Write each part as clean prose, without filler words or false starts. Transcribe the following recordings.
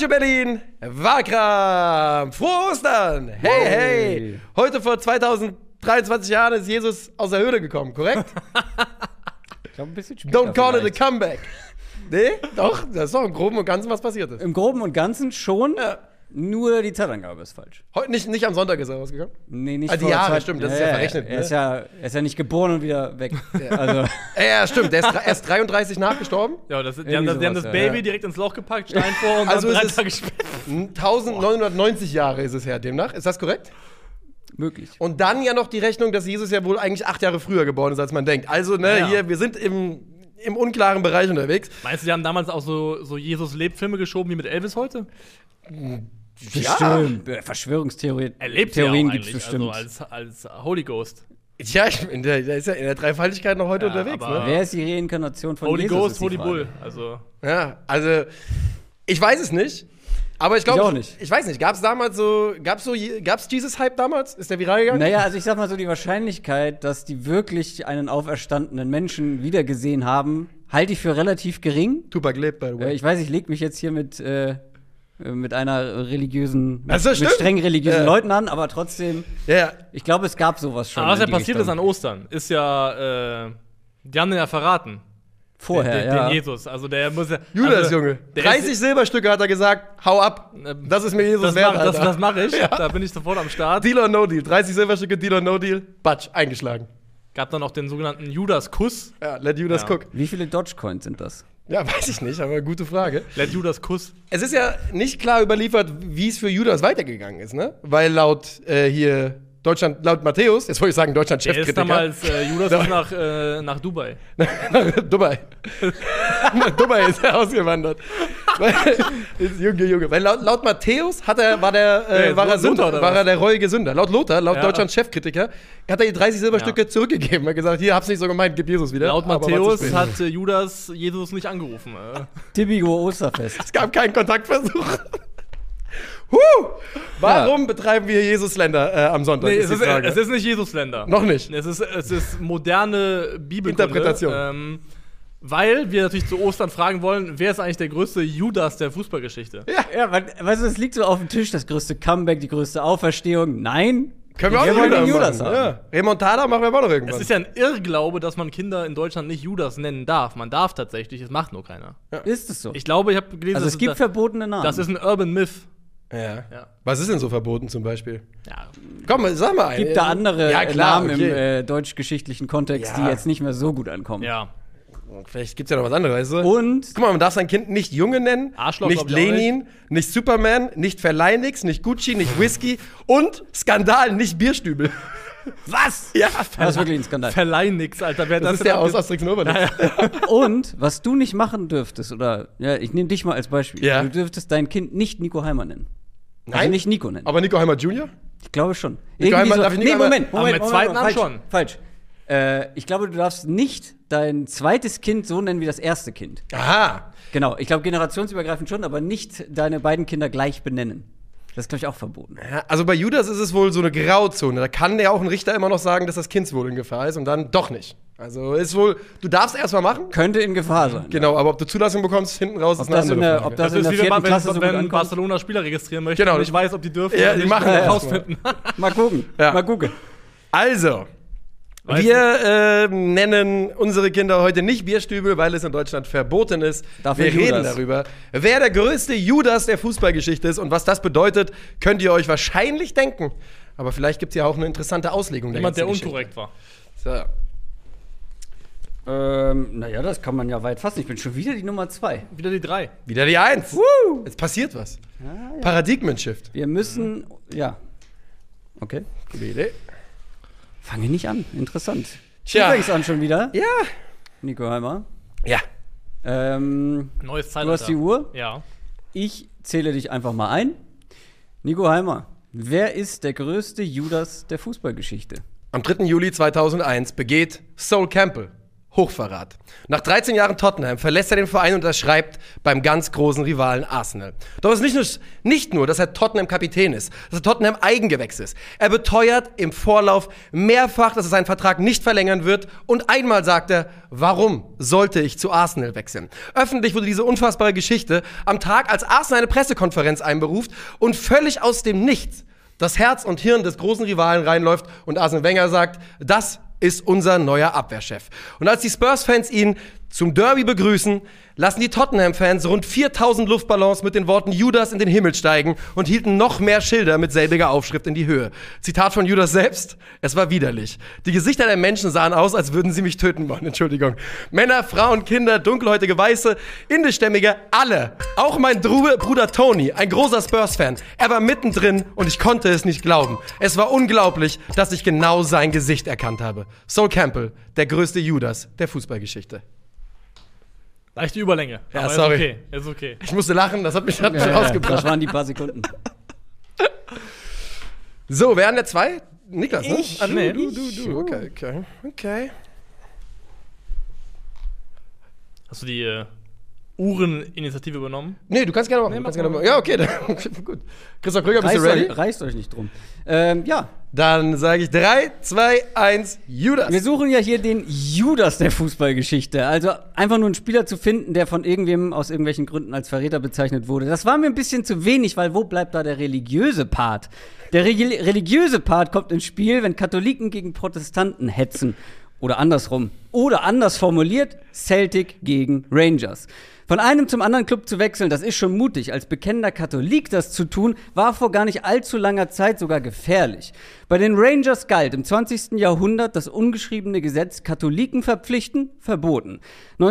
Calcio Berlin, Wahlkampf, frohe Ostern, hey, hey. Heute vor 2023 Jahren ist Jesus aus der Höhle gekommen, korrekt? Ich glaube, ein bisschen später. Don't call it a comeback. Nee, doch, das ist doch im Groben und Ganzen, was passiert ist. Im Groben und Ganzen schon, Ja. nur die Zeitangabe ist falsch. Heute nicht am Sonntag ist er rausgegangen? Nee, nicht Also die vor Jahre, Zeit- stimmt, das ist ja verrechnet, Er ne? ist ja nicht geboren und wieder weg. Also, Ja, stimmt, der ist erst 33 nachgestorben. Ja, die Irgendwie haben das sowas, ja. Baby direkt ins Loch gepackt, Stein vor und Also dann 3 ist es- Tage später. 1990 Jahre ist es her demnach, ist das korrekt? möglich. Und dann ja noch die Rechnung, dass Jesus ja wohl eigentlich 8 Jahre früher geboren ist, als man denkt. Also, ne, Ja. hier, wir sind im unklaren Bereich unterwegs. Meinst du, die haben damals auch so Jesus-Lebt-Filme geschoben wie mit Elvis heute? Bestimmt. Verschwörungstheorien Er lebt Theorien ja auch gibt's eigentlich, bestimmt. also als Holy Ghost. Ja, der ist ja in der Dreifaltigkeit noch heute Ja, unterwegs, aber- ne? Wer ist die Reinkarnation von Holy Jesus? Ghost, ist die Holy Frage. Bull. Also, Ja, also, ich weiß es nicht. Aber ich glaube, auch nicht. Ich weiß nicht, gab's Jesus-Hype damals? Ist der viral gegangen? Naja, also ich sag mal so, die Wahrscheinlichkeit, dass die wirklich einen auferstandenen Menschen wiedergesehen haben, halte ich für relativ gering. Tupac lebt, by the way. Ich weiß, ich leg mich jetzt hier mit einer religiösen, Ach so, mit stimmt. streng religiösen Ja. Leuten an, aber trotzdem, Ja, ich glaube, es gab sowas schon. aber was in ja die passiert ist Richtung. an Ostern, ist ja, die haben den ja verraten. Vorher, den ja. Jesus. Also der muss ja. Judas, also, Junge. der 30 Silberstücke hat er gesagt, hau ab. Das ist mir Jesus wert, Alter. Das mache ich. Da bin ich sofort am Start. Deal or no deal. 30 Silberstücke, Deal or no deal. Batsch, eingeschlagen. Gab dann auch den sogenannten Judas-Kuss. Ja, let Judas Ja. cook. Wie viele Dogecoins sind das? Ja, weiß ich nicht, aber gute Frage. Let Judas-Kuss. Es ist ja nicht klar überliefert, wie es für Judas weitergegangen ist, ne? Weil laut hier Deutschland, laut Matthäus, jetzt wollte ich sagen Der ist Deutschland-Chefkritiker. damals, Judas ist nach Dubai. Nach Dubai. Nach Dubai ist er ausgewandert. Junge. Weil laut Matthäus war er Sünder, oder war was? er der reuige Sünder. Laut Lothar, laut Ja. Deutschlands Chefkritiker, hat er die 30 Silberstücke zurückgegeben. Er hat gesagt, hier, hab's nicht so gemeint, gib Jesus wieder. Laut Aber war zu Matthäus spät. hat Jesus angerufen. Tibigo Osterfest. Es gab keinen Kontaktversuch. Warum betreiben wir Jesus-Länder am Sonntag? Nee, ist die Frage. es ist nicht Jesus-Länder. Noch nicht. Es ist moderne Bibelkunde. Interpretation. Weil wir natürlich zu Ostern fragen wollen, wer ist eigentlich der größte Judas der Fußballgeschichte? Ja, weißt du, es liegt so auf dem Tisch, das größte Comeback, die größte Auferstehung. Nein. Können wir auch Wir wollen den Judas Judas machen. haben. Ja. Remontada machen wir aber noch irgendwann. Es ist ja ein Irrglaube, dass man Kinder in Deutschland nicht Judas nennen darf. Man darf tatsächlich, es macht nur keiner. Ist es so? Ich glaube, ich habe gelesen, Also es gibt verbotene Namen. das ist ein Urban Myth. Ja. Ja. Was ist denn so verboten zum Beispiel? Ja. Komm, sag mal einen. Gibt da andere Ja, klar, Namen okay. im deutsch-geschichtlichen Kontext, Ja. die jetzt nicht mehr so gut ankommen. Ja. Vielleicht gibt's ja noch was anderes, weißt du? Und Guck mal, man darf sein Kind nicht Junge nennen, Arschloch, nicht glaub ich auch Lenin, nicht Superman, nicht Verleinix, nicht Gucci, nicht Whisky und Skandal, nicht Bierstübel. was? Ja, Das ist wirklich ein Skandal. Verleih nix, Alter. Wer das ist der aus Asterix und Obelix. Und was du nicht machen dürftest, oder ja, ich nehme dich mal als Beispiel. Ja. Du dürftest dein Kind nicht Nico Heimer nennen. Also Nein? nicht Nico nennen. Aber Nico Heimer Jr.? Ich glaube schon. Nico Heimer- darf ich Nico Heimer- Aber mit zweiten Namen falsch, schon. Falsch. Ich glaube, du darfst nicht dein zweites Kind so nennen wie das erste Kind. Aha. Genau, ich glaube generationsübergreifend schon, aber nicht deine beiden Kinder gleich benennen. Das ist, glaube ich, auch verboten. Ja, also bei Judas ist es wohl so eine Grauzone. Da kann ja auch ein Richter immer noch sagen, dass das Kindswohl in Gefahr ist und dann doch nicht. Also ist wohl, du darfst erstmal machen. Könnte in Gefahr sein. Genau, aber ob du Zulassung bekommst, hinten raus Ob ist eine das in andere der- Frage. ob das Das in der ist wie vierten Klasse so gut wenn ankommt. Barcelona Spieler registrieren möchte Genau. und ich weiß, ob die dürfen Ja, oder die nicht, machen muss ich das rausfinden. Mal gucken. Ja. Mal gucken. Also, Weißt wir nennen unsere Kinder heute nicht Bierstübel, weil es in Deutschland verboten ist. Dafür wir reden Judas. darüber, wer der größte Judas der Fußballgeschichte ist und was das bedeutet, könnt ihr euch wahrscheinlich denken. Aber vielleicht gibt es ja auch eine interessante Auslegung Jemand, der ganzen unkorrekt war. Geschichte. Naja, das kann man ja weit fassen. Ich bin schon wieder die Nummer 2. Wieder die 3. So, wieder die 1. Es passiert was. Paradigmen-Shift. Wir müssen, ja. Okay. Gute Idee. Fange nicht an. Interessant. Tja. Du fängst an schon wieder, Ja. Nico Heimer. Ja. Neues Zeitalter. Du hast die Uhr. Ja. Ich zähle dich einfach mal ein. Nico Heimer, wer ist der größte Judas der Fußballgeschichte? Am 3. Juli 2001 begeht Sol Campbell Hochverrat. Nach 13 Jahren Tottenham verlässt er den Verein und unterschreibt beim ganz großen Rivalen Arsenal. Doch es ist nicht nur, dass er Tottenham-Kapitän ist, dass er Tottenham-Eigengewächs ist. Er beteuert im Vorlauf mehrfach, dass er seinen Vertrag nicht verlängern wird. Und einmal sagt er, warum sollte ich zu Arsenal wechseln? Öffentlich wurde diese unfassbare Geschichte am Tag, als Arsenal eine Pressekonferenz einberuft und völlig aus dem Nichts das Herz und Hirn des großen Rivalen reinläuft und Arsene Wenger sagt, das ist unser neuer Abwehrchef. Und als die Spurs-Fans ihn zum Derby begrüßen, lassen die Tottenham-Fans rund 4000 Luftballons mit den Worten Judas in den Himmel steigen und hielten noch mehr Schilder mit selbiger Aufschrift in die Höhe. Zitat von Judas selbst: Es war widerlich. Die Gesichter der Menschen sahen aus, als würden sie mich töten wollen. Entschuldigung. Männer, Frauen, Kinder, dunkelhäutige Weiße, indischstämmige, alle. Auch mein Bruder Tony, ein großer Spurs-Fan. Er war mittendrin und ich konnte es nicht glauben. Es war unglaublich, dass ich genau sein Gesicht erkannt habe. Sol Campbell, der größte Judas der Fußballgeschichte. Leichte Überlänge. Ja, aber sorry. Ist okay. Ich musste lachen, das hat mich rausgebracht. Das waren die paar Sekunden. So, wer an der 2? Niklas, ne? Ich? Nee. Du. Okay. Hast du die Uhreninitiative übernommen? Nee, du kannst gerne machen. mach mal. Ja, okay, gut. Christoph Krüger, bist du ready? Reißt euch nicht drum. Ja. Dann sage ich 3, 2, 1, Judas. Wir suchen ja hier den Judas der Fußballgeschichte. Also einfach nur einen Spieler zu finden, der von irgendwem aus irgendwelchen Gründen als Verräter bezeichnet wurde. Das war mir ein bisschen zu wenig, weil wo bleibt da der religiöse Part? Der religiöse Part kommt ins Spiel, wenn Katholiken gegen Protestanten hetzen. Oder andersrum. Oder anders formuliert, Celtic gegen Rangers. Von einem zum anderen Club zu wechseln, das ist schon mutig. Als bekennender Katholik das zu tun, war vor gar nicht allzu langer Zeit sogar gefährlich. Bei den Rangers galt im 20. Jahrhundert das ungeschriebene Gesetz Katholiken verpflichten, verboten.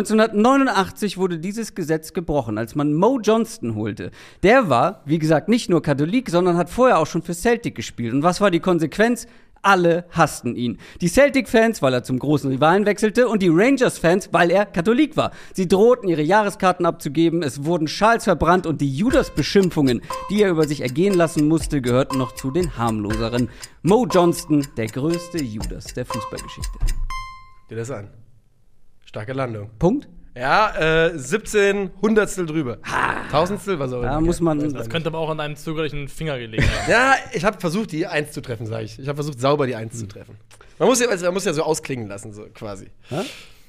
1989 wurde dieses Gesetz gebrochen, als man Mo Johnston holte. Der war, wie gesagt, nicht nur Katholik, sondern hat vorher auch schon für Celtic gespielt. Und was war die Konsequenz? Alle hassten ihn. Die Celtic-Fans, weil er zum großen Rivalen wechselte, und die Rangers-Fans, weil er Katholik war. Sie drohten, ihre Jahreskarten abzugeben, es wurden Schals verbrannt und die Judas-Beschimpfungen, die er über sich ergehen lassen musste, gehörten noch zu den harmloseren. Mo Johnston, der größte Judas der Fußballgeschichte. Dir das an. Starke Landung. Punkt? Ja, 17 Hundertstel drüber. Tausendstel, was auch immer. Da muss man. Das könnte aber auch an einem zögerlichen Finger gelegen haben. Ja, ich habe versucht, die 1 zu treffen, sage ich. Ich habe versucht, sauber die 1 zu treffen. Man muss ja so ausklingen lassen, so quasi. Hä?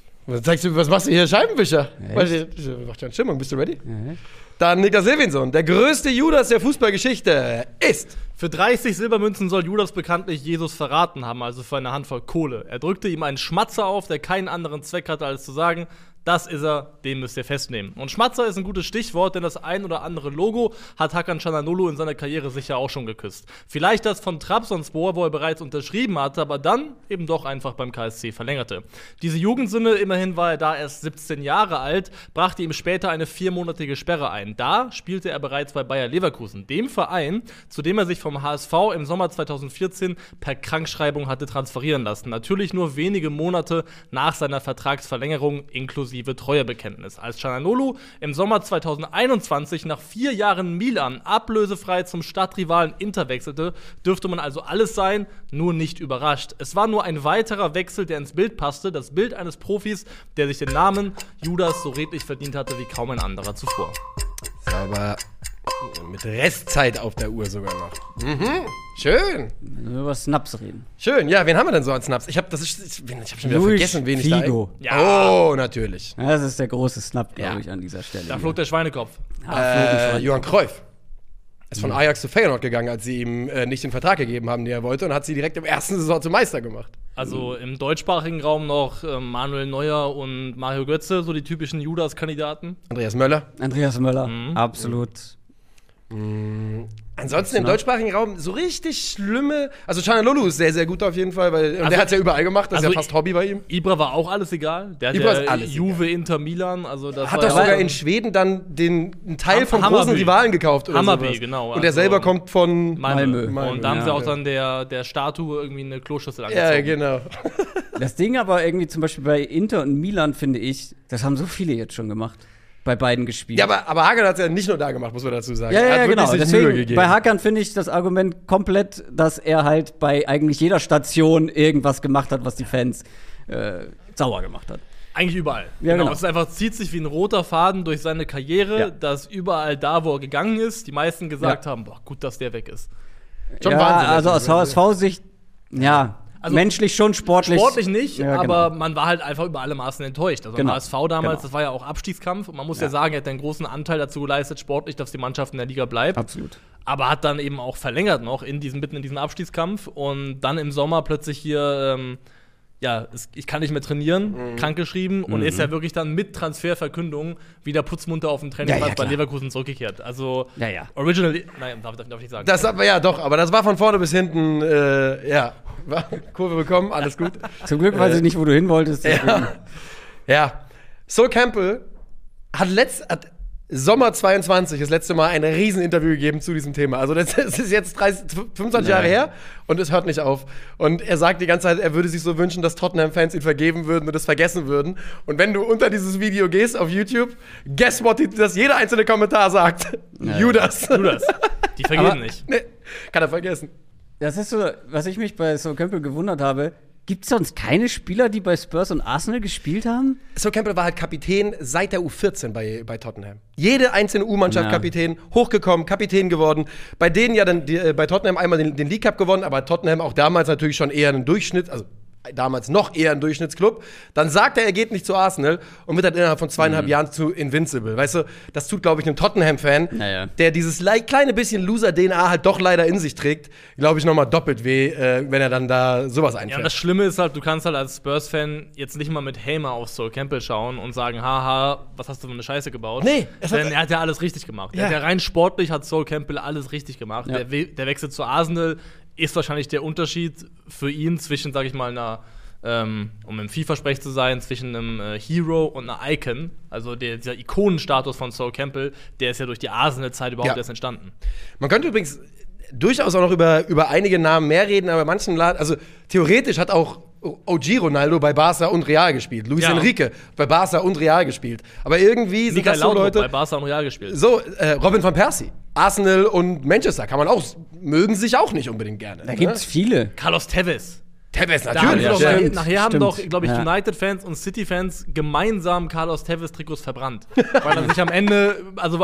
Was machst du hier, Scheibenwischer? Macht ja eine Stimmung. Bist du ready? Dann Niklas Silvinsson. Der größte Judas der Fußballgeschichte ist... Für 30 Silbermünzen soll Judas bekanntlich Jesus verraten haben, also für eine Handvoll Kohle. Er drückte ihm einen Schmatzer auf, der keinen anderen Zweck hatte, als zu sagen: Das ist er, den müsst ihr festnehmen. Und Schmatzer ist ein gutes Stichwort, denn das ein oder andere Logo hat Hakan Çalhanoğlu in seiner Karriere sicher auch schon geküsst. Vielleicht das von Trabzonspor, wo er bereits unterschrieben hatte, aber dann eben doch einfach beim KSC verlängerte. Diese Jugendsünde, immerhin war er da erst 17 Jahre alt, brachte ihm später eine 4-monatige Sperre ein. Da spielte er bereits bei Bayer Leverkusen, dem Verein, zu dem er sich vom HSV im Sommer 2014 per Krankschreibung hatte transferieren lassen. Natürlich nur wenige Monate nach seiner Vertragsverlängerung inklusive Treuebekenntnis. Als Çalhanoğlu im Sommer 2021 nach 4 Jahren Milan ablösefrei zum Stadtrivalen Inter wechselte, dürfte man also alles sein, nur nicht überrascht. Es war nur ein weiterer Wechsel, der ins Bild passte, das Bild eines Profis, der sich den Namen Judas so redlich verdient hatte wie kaum ein anderer zuvor. Aber mit Restzeit auf der Uhr sogar noch. Schön. Wenn wir über Snaps reden. Schön, ja, wen haben wir denn so als Snaps? Ich habe schon wieder Luis vergessen, wen ich da... Figo. Ja. Oh, natürlich. Ja, das ist der große Snap, glaube Ja. ich, an dieser Stelle. Da flog der Schweinekopf. Johann Cruyff ist von Ajax zu Feyenoord gegangen, als sie ihm nicht den Vertrag gegeben haben, den er wollte, und hat sie direkt im ersten Saison zum Meister gemacht. Also im deutschsprachigen Raum noch Manuel Neuer und Mario Götze, so die typischen Judas-Kandidaten. Andreas Möller. Andreas Möller, absolut. Ansonsten im deutschsprachigen Raum so richtig schlimme. Also Çalhanoğlu ist sehr, sehr gut auf jeden Fall, weil der hat es ja überall gemacht, das ist ja fast Hobby bei ihm. Ibra war auch alles egal. Der hat Ibra ja ist alles Juve, Inter, Milan. Also das Hat war doch ja sogar in Schweden dann einen Teil vom Hammarby. großen Rivalen gekauft oder Hammarby, sowas. genau. Und der Also selber kommt von Malmö. Malmö. Und da haben Ja. sie auch dann der Statue irgendwie eine Kloschüssel angezogen. Ja, genau. Das Ding aber irgendwie zum Beispiel bei Inter und Milan, finde ich, das haben so viele jetzt schon gemacht. Bei beiden gespielt. Ja, aber Hakan hat es ja nicht nur da gemacht, muss man dazu sagen. Ja, Er hat wirklich genau. sich Mühe Deswegen, gegeben. bei Hakan finde ich das Argument komplett, dass er halt bei eigentlich jeder Station irgendwas gemacht hat, was die Fans sauer gemacht hat. Eigentlich überall. Ja, genau. Es ist einfach, zieht sich wie ein roter Faden durch seine Karriere, Ja. dass überall da, wo er gegangen ist, die meisten gesagt Ja. haben, boah, gut, dass der weg ist. Schon ja, Wahnsinn, also das aus ist- HSV-Sicht, ja, Also menschlich schon, sportlich. Sportlich nicht, Ja, aber genau. man war halt einfach über alle Maßen enttäuscht. Also Genau. im HSV damals, Genau. das war ja auch Abstiegskampf. Und man muss ja sagen, er hat einen großen Anteil dazu geleistet, sportlich, dass die Mannschaft in der Liga bleibt. Absolut. Aber hat dann eben auch verlängert noch mitten in diesem Abstiegskampf. Und dann im Sommer plötzlich hier, ich kann nicht mehr trainieren, krankgeschrieben. Und ist ja wirklich dann mit Transferverkündung wieder putzmunter auf dem Trainingsplatz bei klar. Leverkusen zurückgekehrt. Also, Ja. originally, nein, darf ich nicht sagen. Das aber ja doch, aber das war von vorne bis hinten, Kurve bekommen, alles gut. Zum Glück weiß ich nicht, wo du hin wolltest. deswegen. Ja. Sol Campbell hat Sommer 22 das letzte Mal ein Rieseninterview gegeben zu diesem Thema. Also das ist jetzt 25 Jahre her und es hört nicht auf. Und er sagt die ganze Zeit, er würde sich so wünschen, dass Tottenham-Fans ihn vergeben würden und es vergessen würden. Und wenn du unter dieses Video gehst auf YouTube, guess what, das jeder einzelne Kommentar sagt. Judas. Judas. Die vergeben Aber- nicht. Nee, kann er vergessen. Das ist so, was ich mich bei Sol Campbell gewundert habe. Gibt es sonst keine Spieler, die bei Spurs und Arsenal gespielt haben? Sol Campbell war halt Kapitän seit der U14 bei Tottenham. Jede einzelne U-Mannschaft Ja. Kapitän, hochgekommen, Kapitän geworden. Bei denen ja dann bei Tottenham einmal den League Cup gewonnen, aber Tottenham auch damals natürlich schon eher ein Durchschnitt, also damals noch eher ein Durchschnittsclub. Dann sagt er geht nicht zu Arsenal und wird dann innerhalb von 2,5 Jahren zu Invincible. Weißt du, das tut, glaube ich, einem Tottenham-Fan, Naja. der dieses kleine bisschen Loser-DNA halt doch leider in sich trägt, glaube ich, nochmal doppelt weh, wenn er dann da sowas Ja, und einfährt. das Schlimme ist halt, du kannst halt als Spurs-Fan jetzt nicht mal mit Häme auf Sol Campbell schauen und sagen, haha, was hast du für eine Scheiße gebaut? Nee, denn er hat ja alles richtig gemacht. Ja. Er hat ja rein sportlich hat Sol Campbell alles richtig gemacht. Ja. Der Wechsel zu Arsenal ist wahrscheinlich der Unterschied für ihn zwischen, sag ich mal, um im FIFA-Sprech zu sein, zwischen einem Hero und einer Icon. Also dieser Ikonenstatus von Sol Campbell, der ist ja durch die Arsenal-Zeit überhaupt Ja. erst entstanden. Man könnte übrigens durchaus auch noch über einige Namen mehr reden, aber bei manchen also theoretisch hat auch OG Ronaldo bei Barca und Real gespielt. Luis Ja. Enrique bei Barca und Real gespielt. Aber irgendwie sind Mikael das so Laudrup bei Leute. Barca und Real gespielt. So, Robin van Persie. Arsenal und Manchester kann man auch, mögen sich auch nicht unbedingt gerne. Da gibt's viele. Carlos Tevez. Tevez Da haben natürlich. sie doch ja. nachher haben Stimmt. doch, glaube ich, Ja. United-Fans und City-Fans gemeinsam Carlos Tevez-Trikots verbrannt. Weil er sich am Ende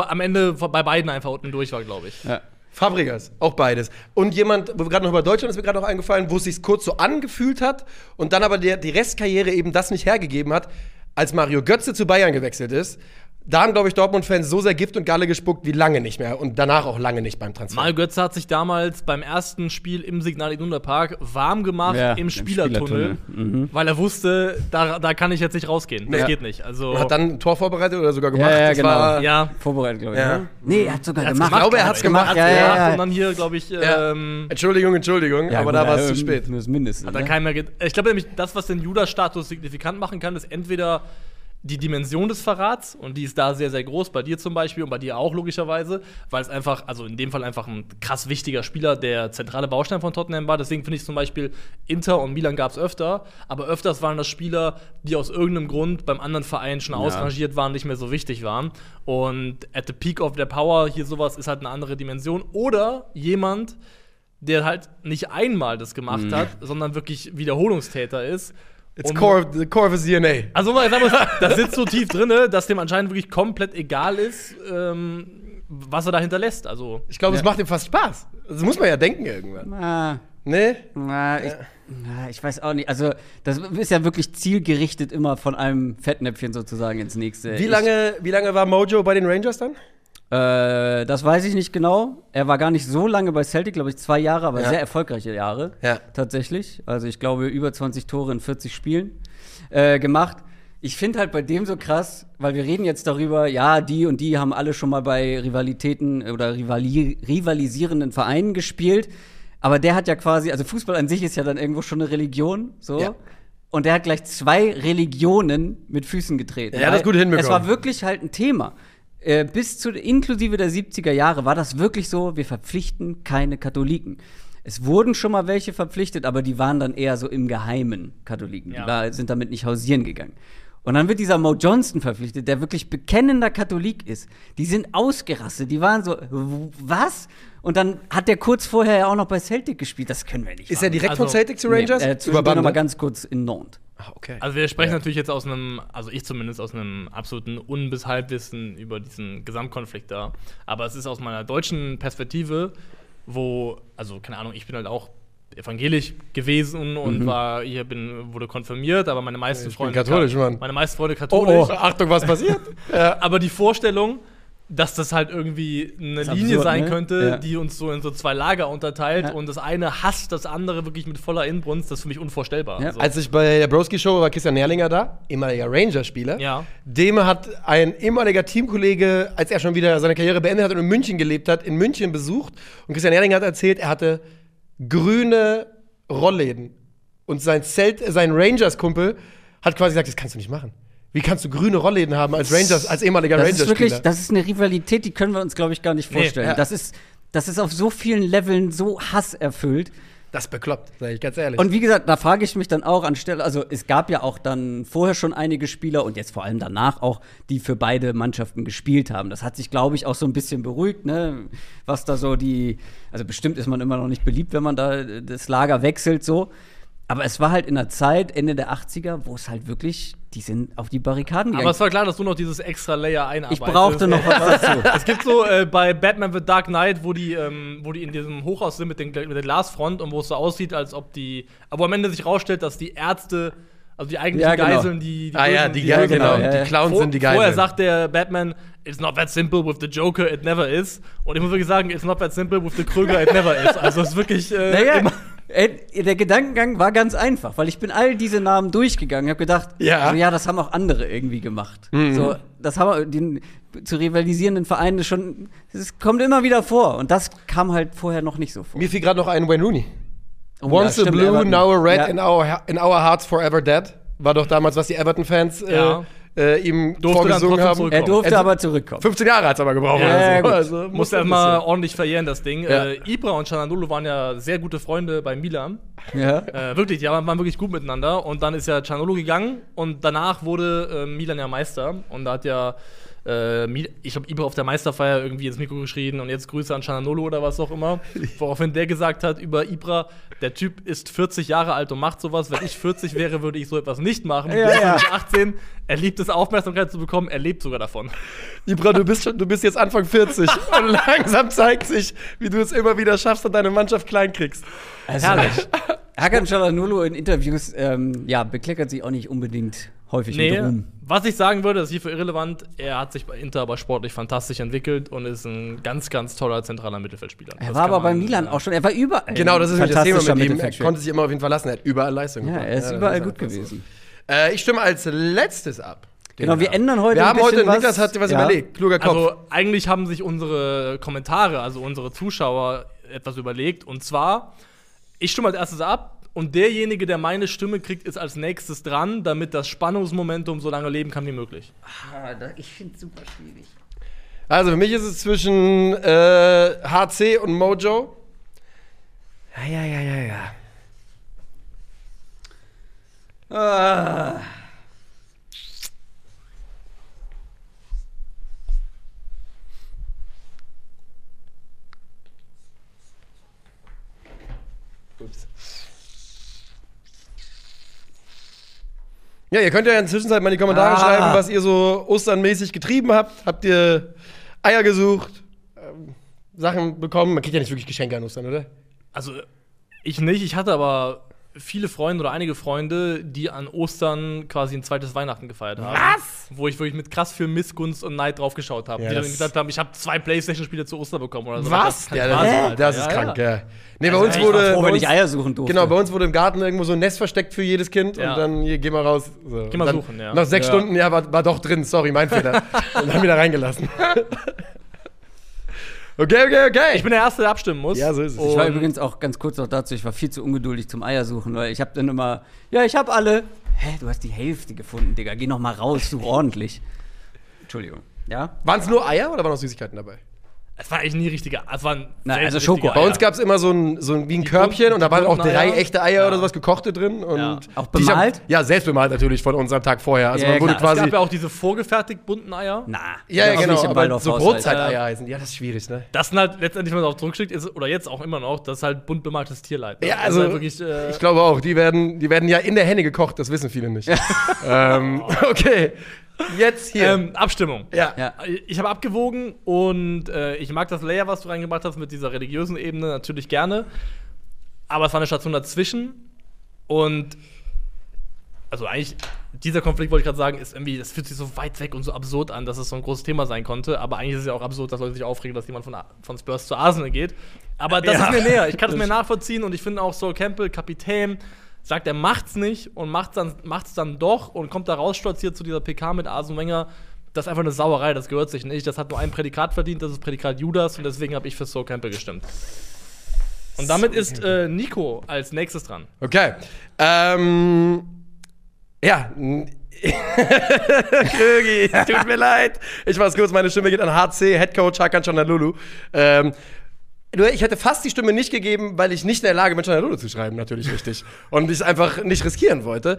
bei beiden einfach unten durch war, glaube ich. Ja. Fabregas, auch beides. Und jemand, wo wir gerade noch über Deutschland ist mir gerade noch eingefallen, wo es sich kurz so angefühlt hat und dann aber die Restkarriere eben das nicht hergegeben hat, als Mario Götze zu Bayern gewechselt ist. Da haben, glaube ich, Dortmund-Fans so sehr Gift und Galle gespuckt wie lange nicht mehr und danach auch lange nicht beim Transfer. Mario Götze hat sich damals beim ersten Spiel im Signal Iduna Park warm gemacht Ja, im im Spielertunnel, Spielertunnel. weil er wusste, da kann ich jetzt nicht rausgehen. Das Ja. geht nicht. Also, Und hat dann ein Tor vorbereitet oder sogar gemacht. Ja, Das genau. war, ja, Vorbereitet, glaube ich. Ja. Ne? Nee, er hat sogar Er hat's gemacht. Ich glaube, er hat's gemacht. Ja, ja, ja. Und dann hier, glaube ich, Ja. Entschuldigung, Ja, aber gut, da war es ja, zu spät. Das Mindeste. hat er keinen mehr ich glaube nämlich, das, was den Judas-Status signifikant machen kann, ist entweder die Dimension des Verrats, und die ist da sehr, sehr groß, bei dir zum Beispiel und bei dir auch logischerweise, weil es einfach, also in dem Fall einfach ein krass wichtiger Spieler, der zentrale Baustein von Tottenham war. Deswegen finde ich zum Beispiel Inter und Milan gab es öfter, aber öfters waren das Spieler, die aus irgendeinem Grund beim anderen Verein schon ausrangiert waren, nicht mehr so wichtig waren. Und at the peak of their power, hier sowas, ist halt eine andere Dimension. Oder jemand, der halt nicht einmal das gemacht hat, sondern wirklich Wiederholungstäter ist. It's Und- the core of his DNA. Also, das sitzt so tief drin, dass dem anscheinend wirklich komplett egal ist, was er da hinterlässt. Also, Ich glaube, es macht ihm fast Spaß. Das muss man ja denken irgendwann. Ne? Ich weiß auch nicht. Also, das ist ja wirklich zielgerichtet immer von einem Fettnäpfchen sozusagen ins nächste. Wie lange war Mojo bei den Rangers dann? Das weiß ich nicht genau. Er war gar nicht so lange bei Celtic, glaube ich, 2 Jahre, aber Ja. sehr erfolgreiche Jahre. Ja. Tatsächlich. Also ich glaube, über 20 Tore in 40 Spielen gemacht. Ich finde halt bei dem so krass, weil wir reden jetzt darüber, ja, die und die haben alle schon mal bei Rivalitäten oder rivalisierenden Vereinen gespielt. Aber der hat ja quasi, also Fußball an sich ist ja dann irgendwo schon eine Religion, so. Ja. Und der hat gleich 2 Religionen mit Füßen getreten. Ja, er hat das gut hinbekommen. Es war wirklich halt ein Thema. Inklusive der 70er Jahre war das wirklich so, wir verpflichten keine Katholiken. Es wurden schon mal welche verpflichtet, aber die waren dann eher so im Geheimen Katholiken. Ja. Die sind damit nicht hausieren gegangen. Und dann wird dieser Mo Johnston verpflichtet, der wirklich bekennender Katholik ist. Die sind ausgerastet, die waren so, was? Und dann hat der kurz vorher ja auch noch bei Celtic gespielt, das können wir nicht Ist er machen. direkt Also, von Celtic zu Rangers? Nee, Über noch mal Bande? ganz kurz in Nantes. Ah, okay. Also wir sprechen natürlich jetzt also ich zumindest aus einem absoluten Un- bis Halbwissen über diesen Gesamtkonflikt da. Aber es ist aus meiner deutschen Perspektive, also keine Ahnung, ich bin halt auch evangelisch gewesen und wurde konfirmiert, aber meine meisten Freunde katholisch, Mann. Meine meisten Freunde katholisch. Oh, Achtung, was passiert? Ja. Aber die Vorstellung, dass das halt irgendwie eine Linie absurd, sein ne? könnte, Ja. die uns so in so zwei Lager unterteilt Ja. und das eine hasst das andere wirklich mit voller Inbrunst, das ist für mich unvorstellbar. Ja. So. Als ich bei der Broski-Show war Christian Nerlinger da, ehemaliger Ranger-Spieler. Ja. Dem hat ein ehemaliger Teamkollege, als er schon wieder seine Karriere beendet hat und in München gelebt hat, in München besucht. Und Christian Nerlinger hat erzählt, er hatte grüne Rollläden. Und sein Rangers-Kumpel hat quasi gesagt, das kannst du nicht machen. Wie kannst du grüne Rollläden haben als ehemaliger Rangers-Spieler? Das ist eine Rivalität, die können wir uns, glaube ich, gar nicht vorstellen. ja. Das ist auf so vielen Leveln so hasserfüllt. Das ist bekloppt, sag ich ganz ehrlich. Und wie gesagt, da frage ich mich dann auch anstelle, also es gab ja auch dann vorher schon einige Spieler und jetzt vor allem danach auch, die für beide Mannschaften gespielt haben. Das hat sich, glaube ich, auch so ein bisschen beruhigt, ne? Was da so also bestimmt ist man immer noch nicht beliebt, wenn man da das Lager wechselt, so. Aber es war halt in der Zeit, Ende der 80er, wo es halt wirklich, die sind auf die Barrikaden gegangen. Aber es war klar, dass du noch dieses extra Layer einarbeitest. Ich brauchte noch was dazu. Es gibt so bei Batman The Dark Knight, wo die in diesem Hochhaus sind mit der Glasfront und wo es so aussieht, als ob aber am Ende sich rausstellt, dass die Ärzte, also die eigentlichen Ja, genau. Geiseln, die Geiseln, genau. Die Clowns sind die Geiseln. Vorher sagt der Batman, it's not that simple with the Joker, it never is. Und ich muss wirklich sagen, it's not that simple with the Krüger, it never is. Also es ist wirklich immer Der Gedankengang war ganz einfach, weil ich bin all diese Namen durchgegangen, habe gedacht, das haben auch andere irgendwie gemacht. So, das haben die zu rivalisierenden Vereine schon, das kommt immer wieder vor und das kam halt vorher noch nicht so vor. Mir fiel gerade noch ein Wayne Rooney. Oh, Once ja, a stimmt, blue, Everton. now a red, Ja. in our hearts forever dead. War doch damals, was die Everton-Fans ihm Durfte dann vorgesungen trotzdem haben. zurückkommen. Er durfte aber zurückkommen. 15 Jahre hat es aber gebraucht. Ja, oder so. gut. Also, Musste ein erstmal bisschen. ordentlich verjähren, das Ding. Ja. Ibra und Çalhanoğlu waren ja sehr gute Freunde bei Milan. Ja. Wirklich, die waren wirklich gut miteinander. Und dann ist ja Çalhanoğlu gegangen und danach wurde Milan ja Meister. Und da hat ja ich habe Ibra auf der Meisterfeier irgendwie ins Mikro geschrien und jetzt Grüße an Çalhanoğlu oder was auch immer. Woraufhin der gesagt hat über Ibra, der Typ ist 40 Jahre alt und macht sowas. Wenn ich 40 wäre, würde ich so etwas nicht machen. Ja, Bis ja. 18. Er liebt es, Aufmerksamkeit zu bekommen. Er lebt sogar davon. Ibra, du bist jetzt Anfang 40 und langsam zeigt sich, wie du es immer wieder schaffst und deine Mannschaft klein kriegst. Herrlich. Hakan Çalhanoğlu in Interviews bekleckert sich auch nicht unbedingt häufig mit Ruhm. Was ich sagen würde, das ist hier für irrelevant, er hat sich bei Inter aber sportlich fantastisch entwickelt und ist ein ganz, ganz toller zentraler Mittelfeldspieler. Er Das war kann aber bei man, Milan auch schon, er war überall. Genau, das ist nämlich das Thema Fantastischer mit ihm. Er Mittelfeldspieler. konnte sich immer auf ihn verlassen. Er hat überall Leistung Ja, gebracht. er ist das überall einfach gut so. gewesen. Ich stimme als letztes ab. Genau, wir ändern heute Wir ein haben bisschen heute, was. Niklas hat was Ja. überlegt. Kluger Kopf. Also eigentlich haben sich unsere Kommentare, also unsere Zuschauer, etwas überlegt. Und zwar, ich stimme als erstes ab und derjenige, der meine Stimme kriegt, ist als nächstes dran, damit das Spannungsmomentum so lange leben kann wie möglich. Ich finde es super schwierig. Also für mich ist es zwischen HC und Mojo. Ja. Ups. Ja, ihr könnt ja in der Zwischenzeit mal in die Kommentare schreiben, was ihr so osternmäßig getrieben habt. Habt ihr Eier gesucht, Sachen bekommen? Man kriegt ja nicht wirklich Geschenke an Ostern, oder? Also, ich nicht. Ich hatte aber viele Freunde oder einige Freunde, die an Ostern quasi ein zweites Weihnachten gefeiert haben. Was? Wo ich wirklich mit krass viel Missgunst und Neid drauf geschaut habe. Ja, die dann das- gesagt haben, ich habe 2 PlayStation-Spiele zu Ostern bekommen oder so. Was? kann Ja, nicht wahr sein, Alter. das ist Ja, krank, ja. ja. Nee, bei Also, uns ich Ich war wurde. froh, bei wenn uns- ich Eier suchen durfte. Genau, bei uns wurde im Garten irgendwo so ein Nest versteckt für jedes Kind Ja. und dann hier, geh mal raus. So. Geh mal dann, suchen, ja. Nach 6 Ja. Stunden, war doch drin, sorry, mein Fehler. Und dann wieder reingelassen. Okay. Ich bin der Erste, der abstimmen muss. Ja, so ist es. Ich war Und- übrigens auch ganz kurz noch dazu, ich war viel zu ungeduldig zum Eiersuchen, weil ich habe dann immer, ja, ich habe alle. Hä, du hast die Hälfte gefunden, Digga, geh noch mal raus, such ordentlich. Entschuldigung, ja? Waren es nur Eier oder waren noch Süßigkeiten dabei? Es war eigentlich nie richtiger. Es war also Schoko. Bei uns gab es immer so ein wie ein Körbchen und da waren auch 3 echte Eier oder sowas, gekochte drin. Und Ja. Auch bemalt? selbst bemalt natürlich von uns am Tag vorher. Also Ja, man wurde klar. Es quasi. gab ja auch diese vorgefertigt bunten Eier. Na, Ja, das ist genau. nicht im Aber so Waldorf-Haushalt. Brotzeiteier heißen. Ja, das ist schwierig, ne? Das sind halt letztendlich, wenn man darauf zurückschickt, ist, oder jetzt auch immer noch, das ist halt bunt bemaltes Tierleid. Ne? Ja, Das ist also halt wirklich, ich glaube auch, die werden ja in der Henne gekocht, das wissen viele nicht. Okay, jetzt hier. Abstimmung. Ja. Ja. Ich habe abgewogen und ich mag das Layer, was du reingebracht hast mit dieser religiösen Ebene natürlich gerne. Aber es war eine Station dazwischen und also eigentlich, dieser Konflikt, wollte ich gerade sagen, ist irgendwie, das fühlt sich so weit weg und so absurd an, dass es so ein großes Thema sein konnte. Aber eigentlich ist es ja auch absurd, dass Leute sich aufregen, dass jemand von Spurs zu Arsenal geht. Aber das ist mir näher. Ich kann es mir nachvollziehen und ich finde auch Sol Campbell, Kapitän, sagt, er macht's nicht und macht's dann doch und kommt da rausstolziert zu dieser PK mit Arsene Wenger. Das ist einfach eine Sauerei, das gehört sich nicht. Das hat nur ein Prädikat verdient, das ist Prädikat Judas und deswegen habe ich für Sol Campbell gestimmt. Und damit ist Nico als nächstes dran. Okay. Ja. Krögi, tut mir leid. Ich mach's kurz, meine Stimme geht an HC, Headcoach Hakan Çalhanoğlu. Ich hätte fast die Stimme nicht gegeben, weil ich nicht in der Lage bin, Çalhanoğlu zu schreiben, natürlich richtig. Und ich es einfach nicht riskieren wollte.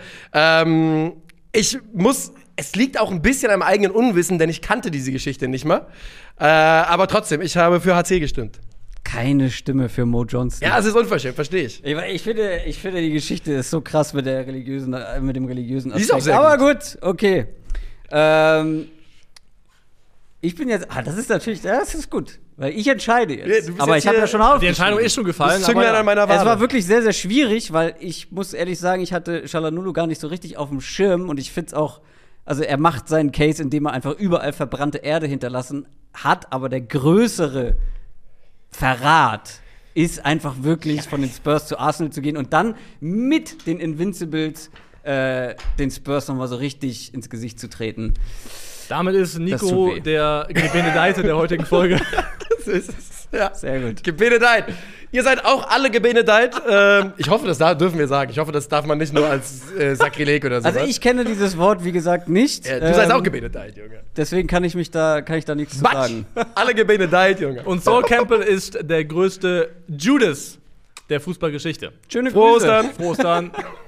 Es liegt auch ein bisschen am eigenen Unwissen, denn ich kannte diese Geschichte nicht mal. Aber trotzdem, ich habe für HC gestimmt. Keine Stimme für Mo Johnston. Ja, es ist unverschämt, verstehe ich. Ich finde, die Geschichte ist so krass mit dem religiösen Aspekt. Die ist auch sehr Aber gut, okay. Ich bin jetzt. Das ist gut. Weil ich entscheide jetzt. Ja, du bist aber jetzt ich habe hier- ja schon aufgeschrieben. Die Entscheidung ist schon gefallen. Das Zünglein an meiner Wade. Es war wirklich sehr, sehr schwierig, weil ich muss ehrlich sagen, ich hatte Çalhanoğlu gar nicht so richtig auf dem Schirm und ich finde es auch, also er macht seinen Case, indem er einfach überall verbrannte Erde hinterlassen hat, aber der größere Verrat ist einfach wirklich von den Spurs zu Arsenal zu gehen und dann mit den Invincibles den Spurs nochmal so richtig ins Gesicht zu treten. Damit ist tut Nico weh. der Gebenedeite der heutigen Folge. Das ist es. Ja. Sehr gut. Gebenedeit. Ihr seid auch alle gebenedeit. Ich hoffe, dürfen wir sagen. Ich hoffe, das darf man nicht nur als Sakrileg oder so. Also ich kenne dieses Wort, wie gesagt, nicht. Du seid auch gebenedeit, Junge. Deswegen kann ich da nichts zu sagen. Alle gebenedeit, Junge. Und Sol Campbell ist der größte Judas der Fußballgeschichte. Schöne Frohes Grüße. dann. Prost dann.